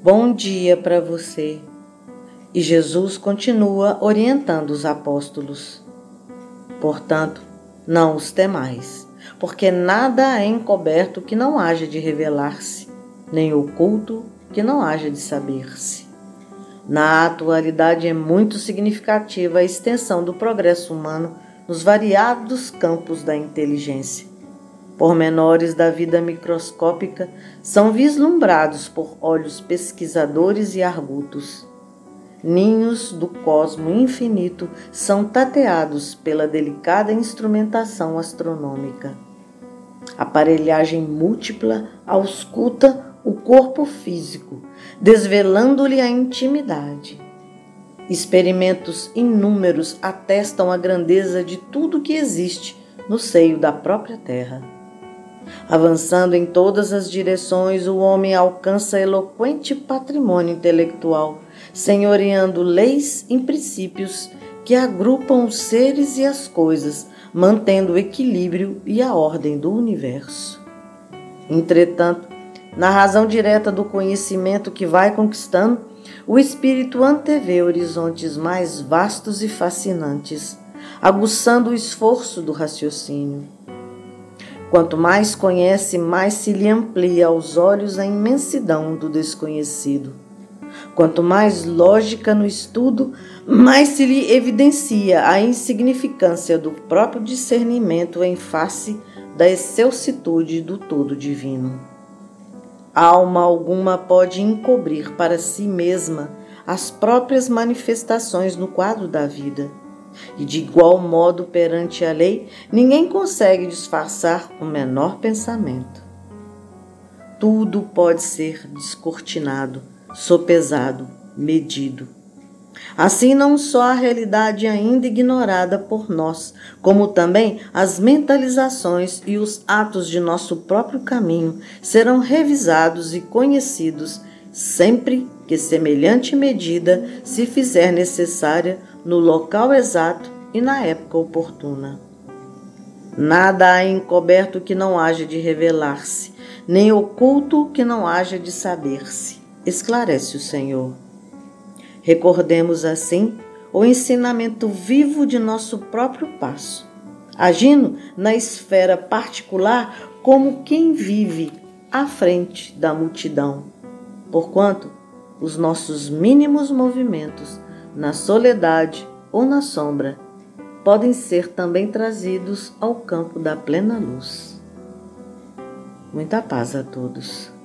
Bom dia para você. E Jesus continua orientando os apóstolos. Portanto, não os temais, porque nada é encoberto que não haja de revelar-se, nem oculto que não haja de saber-se. Na atualidade é muito significativa a extensão do progresso humano nos variados campos da inteligência. Pormenores da vida microscópica são vislumbrados por olhos pesquisadores e argutos. Ninhos do cosmo infinito são tateados pela delicada instrumentação astronômica. Aparelhagem múltipla ausculta o corpo físico, desvelando-lhe a intimidade. Experimentos inúmeros atestam a grandeza de tudo que existe no seio da própria Terra. Avançando em todas as direções, o homem alcança eloquente patrimônio intelectual, senhoreando leis e princípios que agrupam os seres e as coisas, mantendo o equilíbrio e a ordem do universo. Entretanto, na razão direta do conhecimento que vai conquistando, o espírito antevê horizontes mais vastos e fascinantes, aguçando o esforço do raciocínio. Quanto mais conhece, mais se lhe amplia aos olhos a imensidão do desconhecido. Quanto mais lógica no estudo, mais se lhe evidencia a insignificância do próprio discernimento em face da excelsitude do todo divino. Alma alguma pode encobrir para si mesma as próprias manifestações no quadro da vida. E de igual modo, perante a lei, ninguém consegue disfarçar o menor pensamento. Tudo pode ser descortinado, sopesado, medido. Assim, não só a realidade ainda ignorada por nós, como também as mentalizações e os atos de nosso próprio caminho serão revisados e conhecidos sempre que semelhante medida se fizer necessária no local exato e na época oportuna. Nada há encoberto que não haja de revelar-se, nem oculto que não haja de saber-se, esclarece o Senhor. Recordemos assim o ensinamento vivo de nosso próprio passo, agindo na esfera particular como quem vive à frente da multidão, porquanto os nossos mínimos movimentos na soledade ou na sombra podem ser também trazidos ao campo da plena luz. Muita paz a todos.